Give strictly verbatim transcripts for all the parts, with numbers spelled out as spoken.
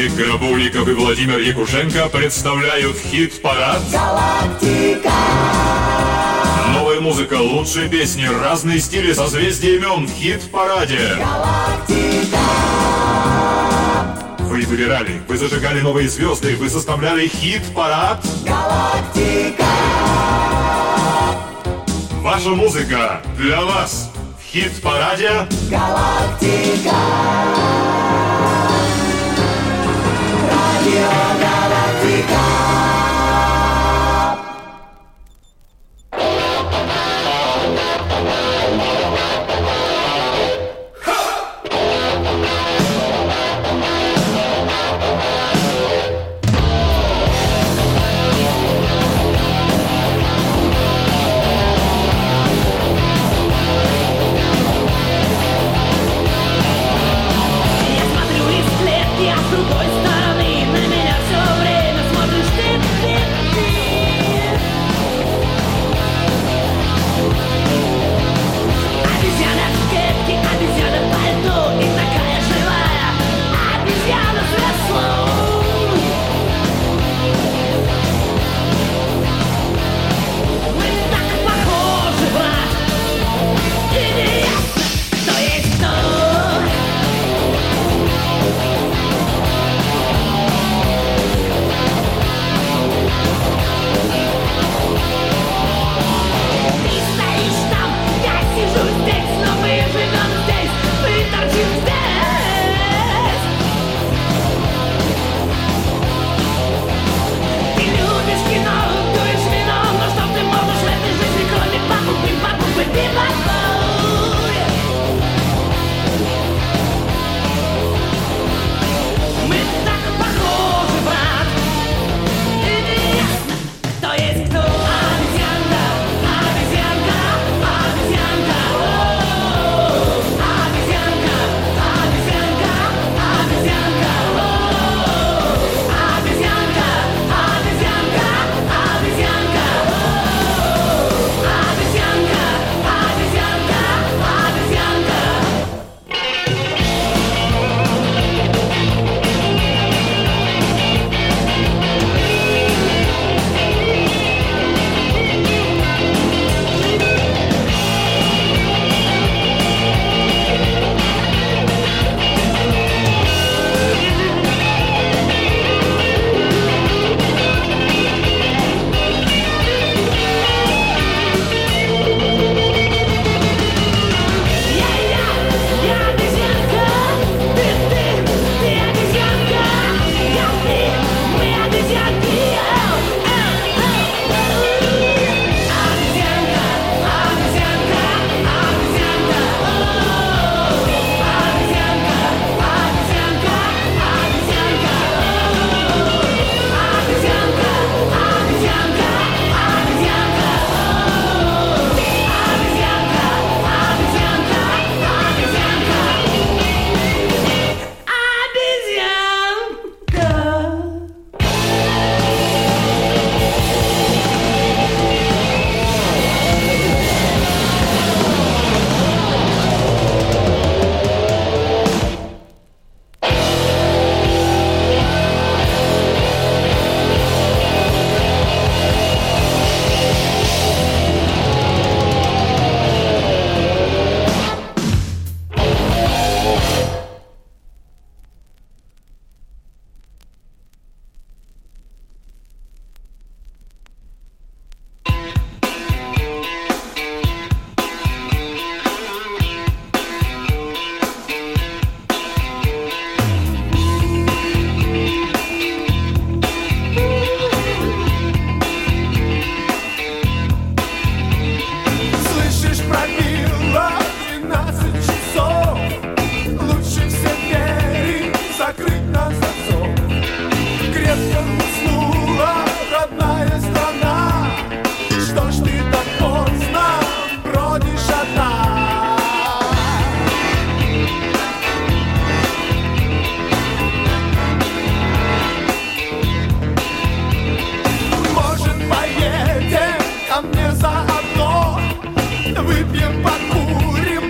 Олег Грабовников и Владимир Якушенко представляют хит-парад «Галактика». Новая музыка, лучшие песни, разные стили, созвездия имен в хит-параде. «Галактика». Вы выбирали, вы зажигали новые звезды, вы составляли хит-парад. «Галактика». Ваша музыка для вас в хит-параде. «Галактика». Радио «Галактика».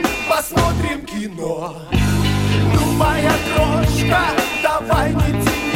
кино. Ну, моя крошка, давай не тяни.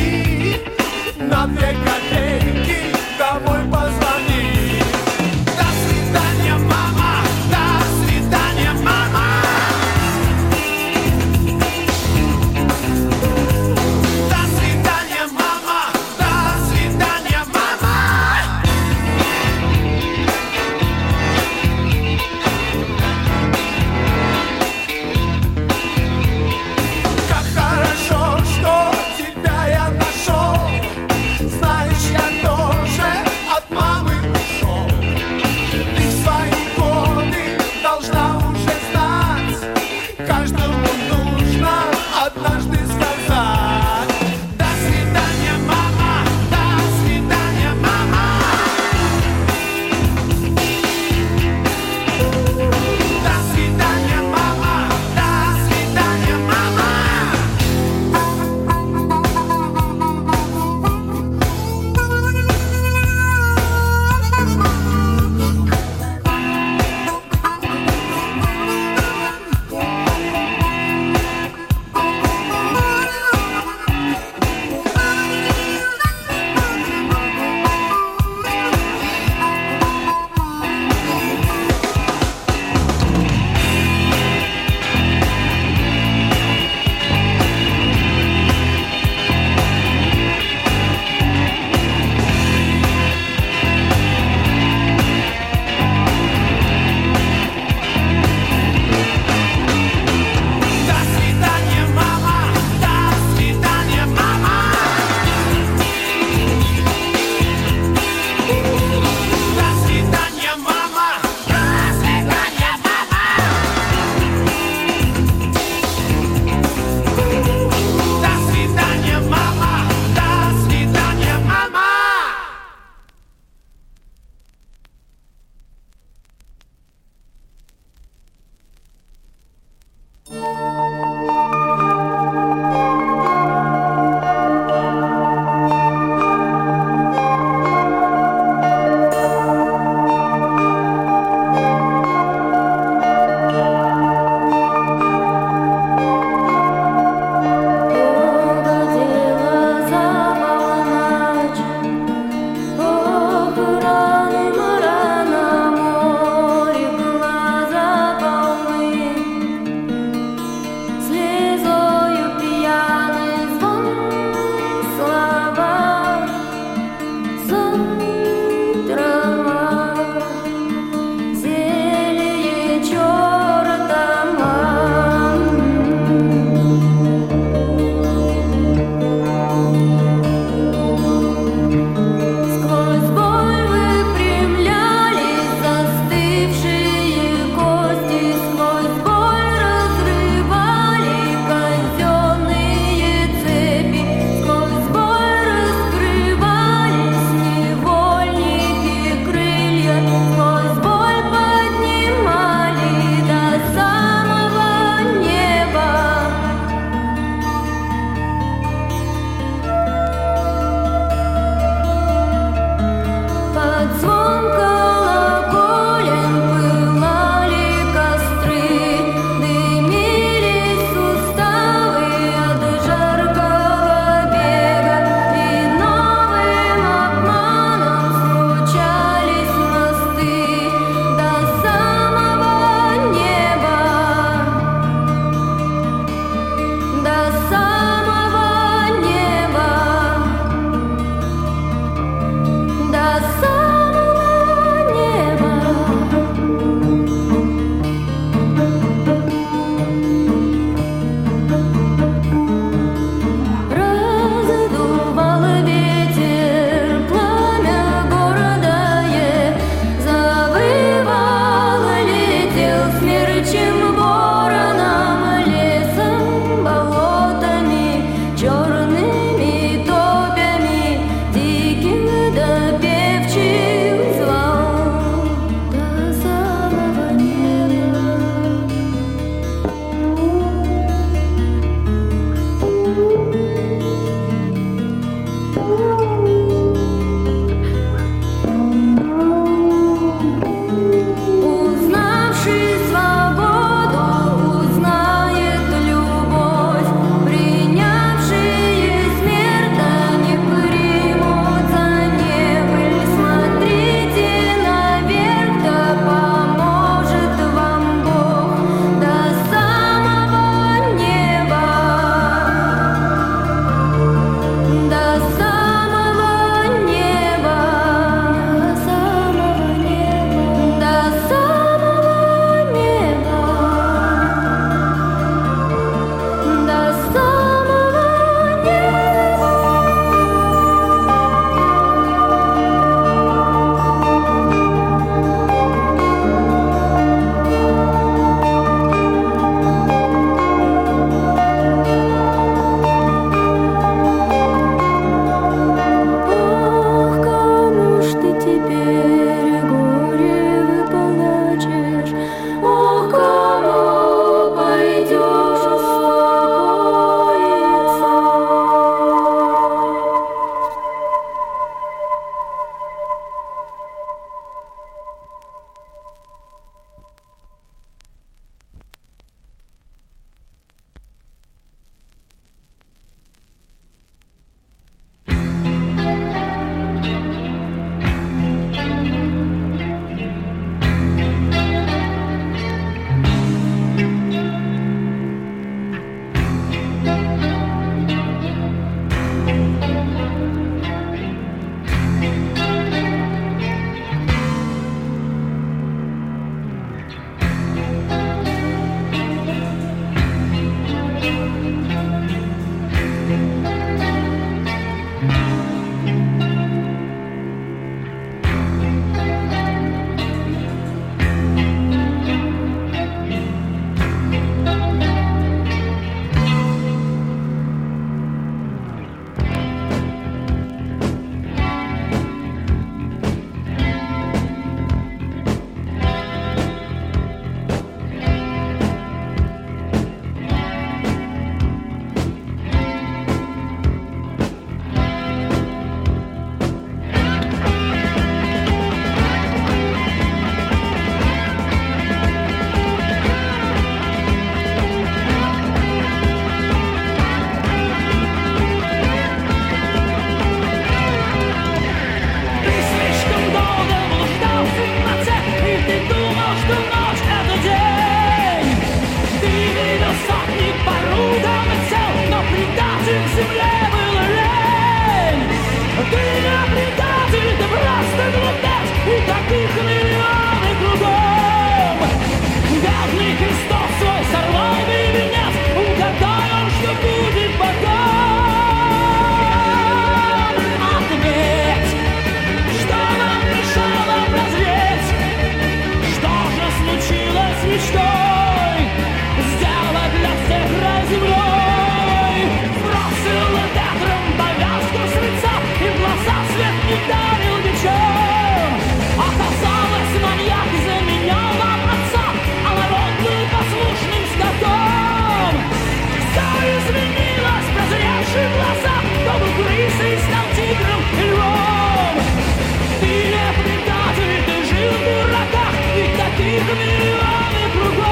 их миллионы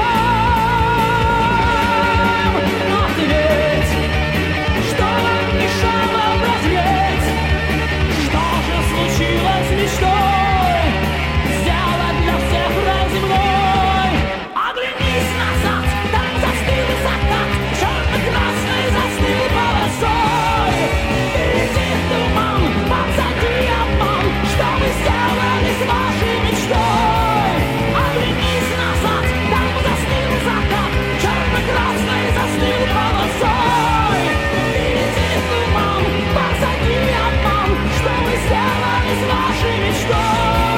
кругом. Но ответь, что нам мешало прозреть? Что же случилось с мечтой сделать для всех рай земной? Оглянись назад, там застыл закат, черно-красный застыл полосой. Впереди туман, позади обман, что мы сделали с вашей мечтой? Оглянись назад, там застыл закат, черно-красный застыл полосой. Впереди туман, позади обман, что мы сделали с вашей мечтой?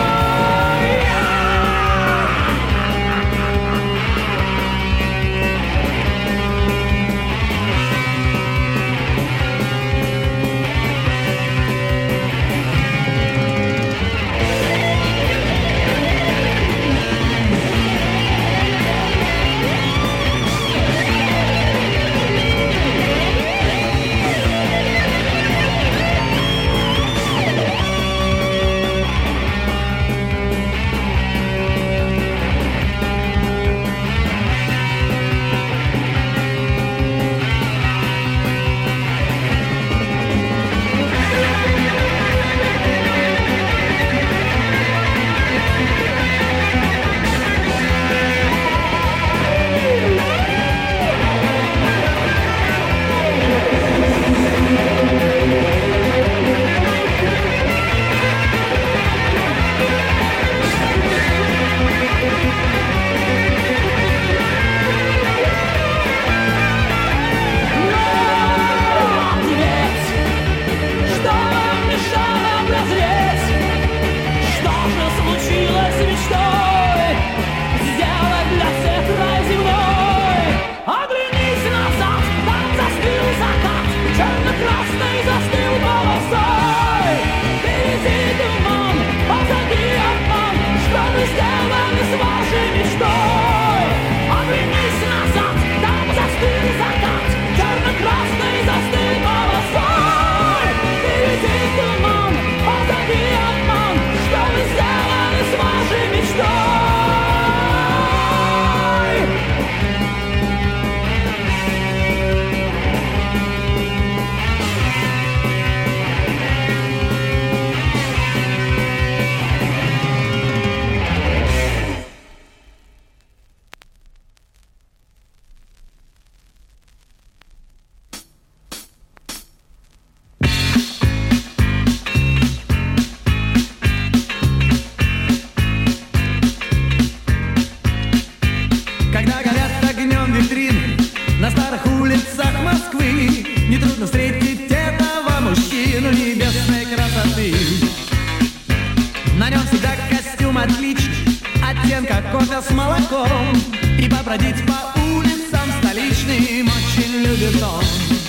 с молоком и побродить по улицам столичным очень любит он.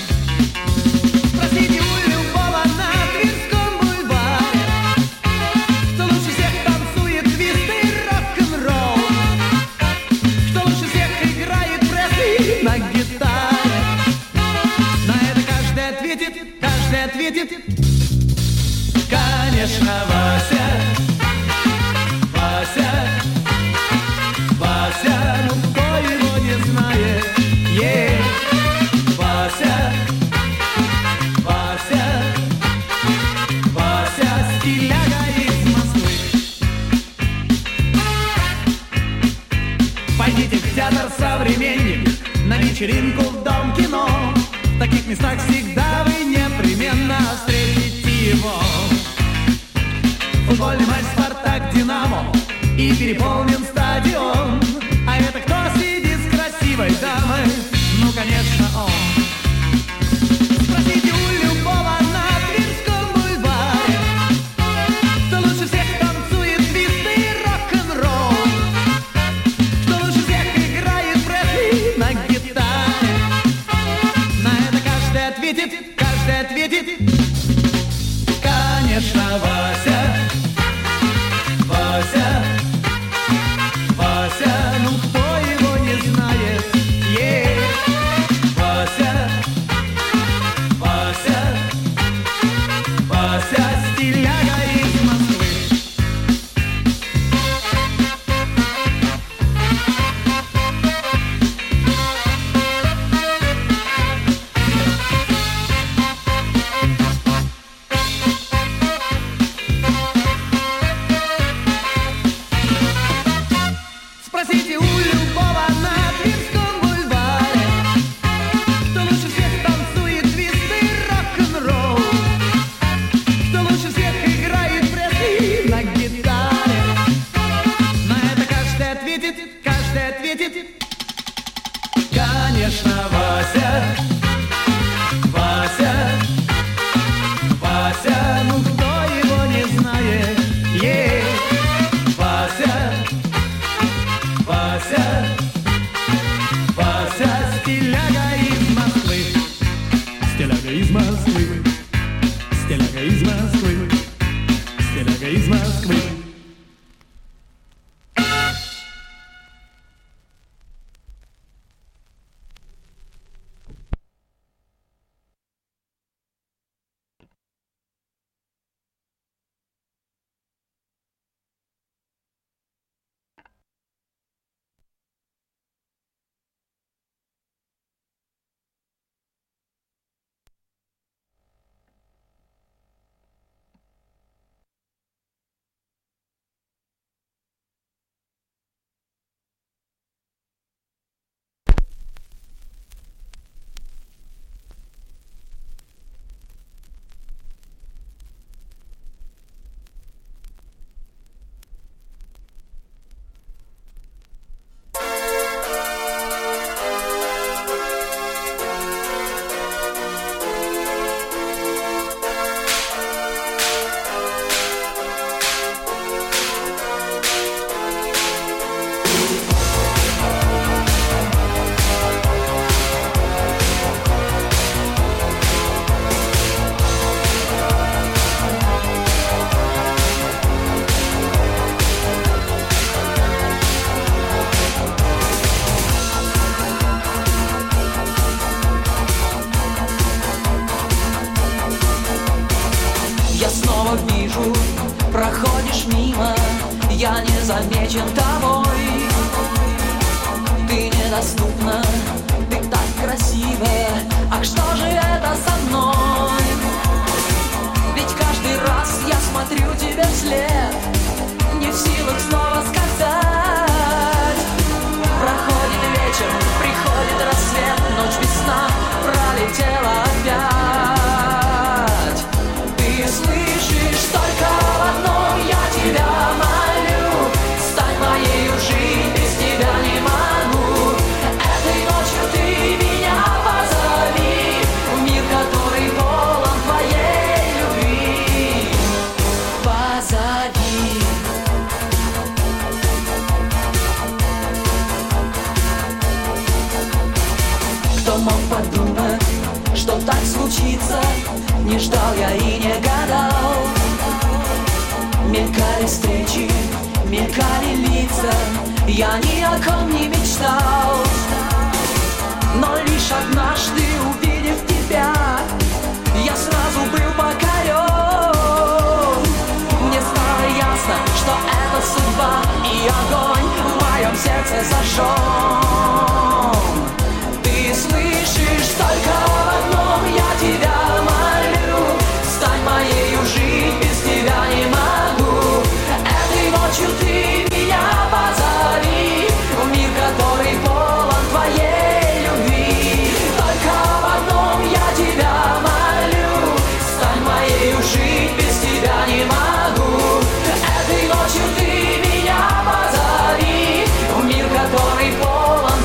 Спросите у любого на Тверском бульваре, кто лучше всех танцует твист и рок-н-ролл, кто лучше всех играет Пресли на гитаре. На это каждый ответит, каждый ответит, конечно, Вася. Вася, Вася, ну кто его не знает, е, Вася, Вася, Вася, стиляга из Москвы. Пойдите в театр «Современник», на вечеринку в Дом кино. В таких местах всегда вы непременно встретите его. Футбольный матч «Спартак-Динамо» и переполнен стадион. А это кто сидит с красивой дамой? Ну, конечно, он. Спросите у любого на Тверском бульваре, кто лучше всех танцует твист и рок-н-ролл, кто лучше всех играет Пресли на гитаре. На это каждый ответит, каждый ответит, конечно, Вася. Вася, Вася, ну кто его не знает, е, Спросите у любого на Тверском бульваре, кто лучше всех танцует твист и рок-н-ролл, кто лучше всех играет Пресли на гитаре. На это каждый ответит, каждый ответит: конечно, Вася, Вася, Вася, ну кто его не знает? Е, Вася, Вася, Вася, стиляга из Москвы, стиляга из Москвы, стиляга из Москвы, стиляга из Москвы. Проходишь мимо, я не замечен тобой. Ты недоступна, ты так красива. Ах, что же это со мной? Ведь каждый раз я смотрю тебе вслед, не в силах снова сказать. Проходит вечер, приходит рассвет, ночь без сна пролетела опять. Ты слышишь только в одном, я тебя молю, стань моею, жить без тебя не могу. Этой ночью ты меня позови в мир, который полон твоей любви. Позови. Кто мог подумать, что так случится? Не ждал я и не гадал. Мелькали встречи, мелькали лица, я ни о ком не мечтал. Но лишь однажды, увидев тебя, я сразу был покорен. Мне стало ясно, что это судьба, и огонь в моем сердце зажжен. Ты слышишь только в одном, я тебя молю, стань моею, жить без тебя не могу. Этой ночью ты меня позови в мир, который полон твоей любви. Только в одном я тебя молю, стань моею, жить без тебя не могу. Этой ночью ты меня позови в мир, который полон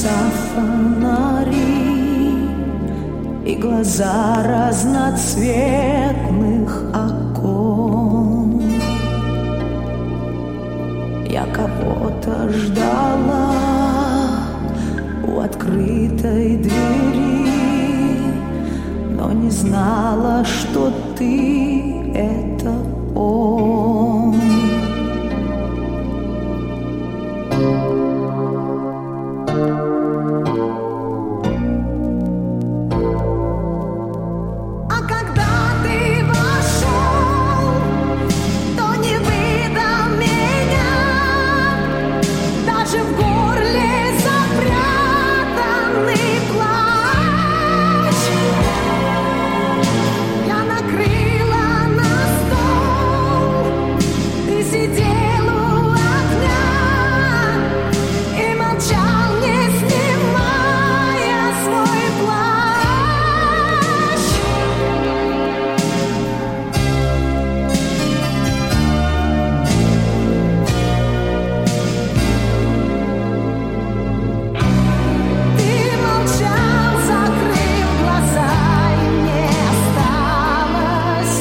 разброса фонари и глаза разноцветных окон. Я кого-то ждала у открытой двери, но не знала, что ты — это он. А когда ты вошел, то не выдал меня, даже в горле запрятанный плач. Я накрыла на стол, ты сидел у окна и молчал, не снимая свой плащ. Ты молчал, закрыв глаза, и мне осталось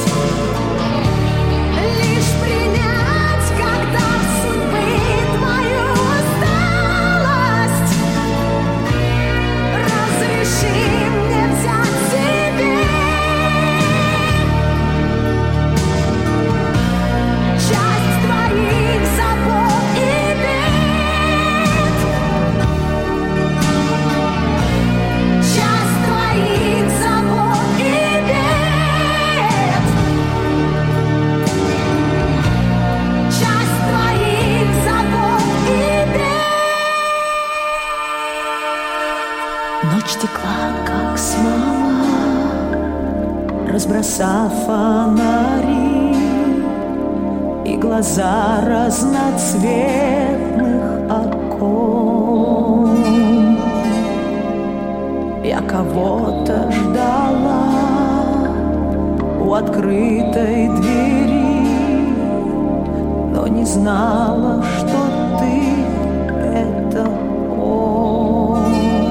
лишь принять, когда в судьбы твою усталость. Разреши мне взять себе часть твоих забот и бед, часть твоих забот и бед, часть твоих забот и бед. Ночь текла, как смола, разбросав фонари и глаза разноцветных окон. Я кого-то ждала у открытой двери, но не знала, что ты — это он.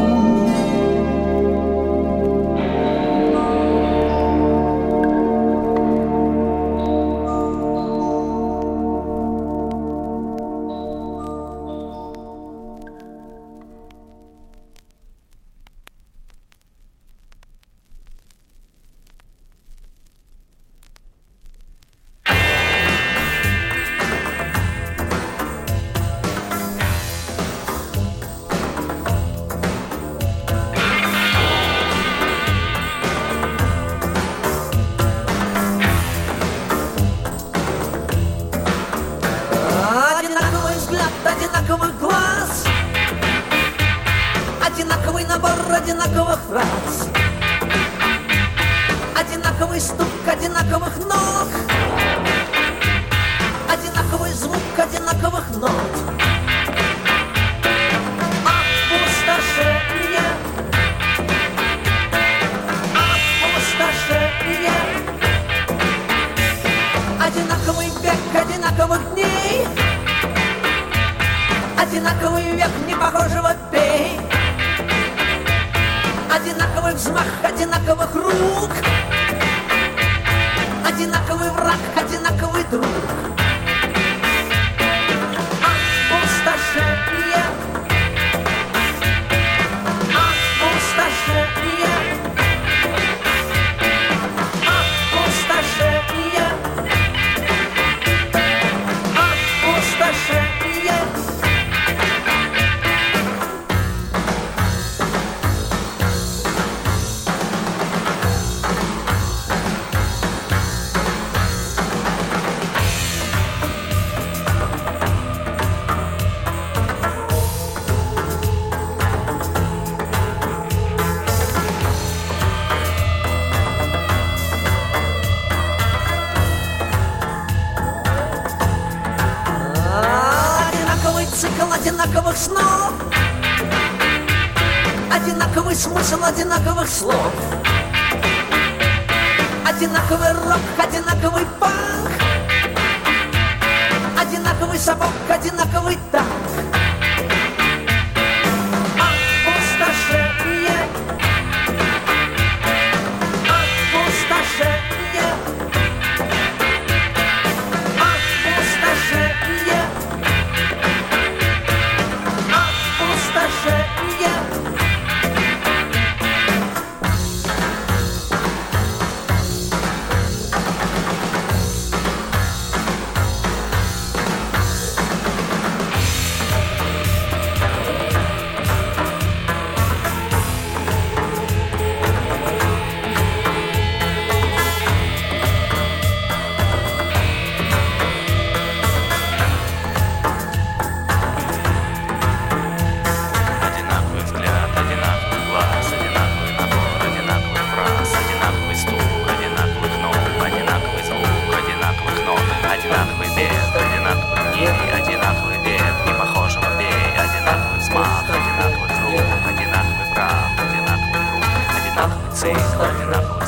Одинаковый взгляд, одинаковый глаз, одинаковый набор одинаковых фраз, одинаковый стук одинаковых ног, одинаковый звук одинаковых нот. Опустошение, опустошение, одинаковый век одинаковых дней, одинаковый век непохожего пей, одинаковый взмах одинаковых рук, одинаковый враг, одинаковый друг. Опустошение, опустошение, опустошение, опустошение. Одинаковый цикл одинаковых снов, одинаковый смысл одинаковых слов, одинаковый рок, одинаковый панк, одинаковый сапог, одинаковый танк. станции кто не раб.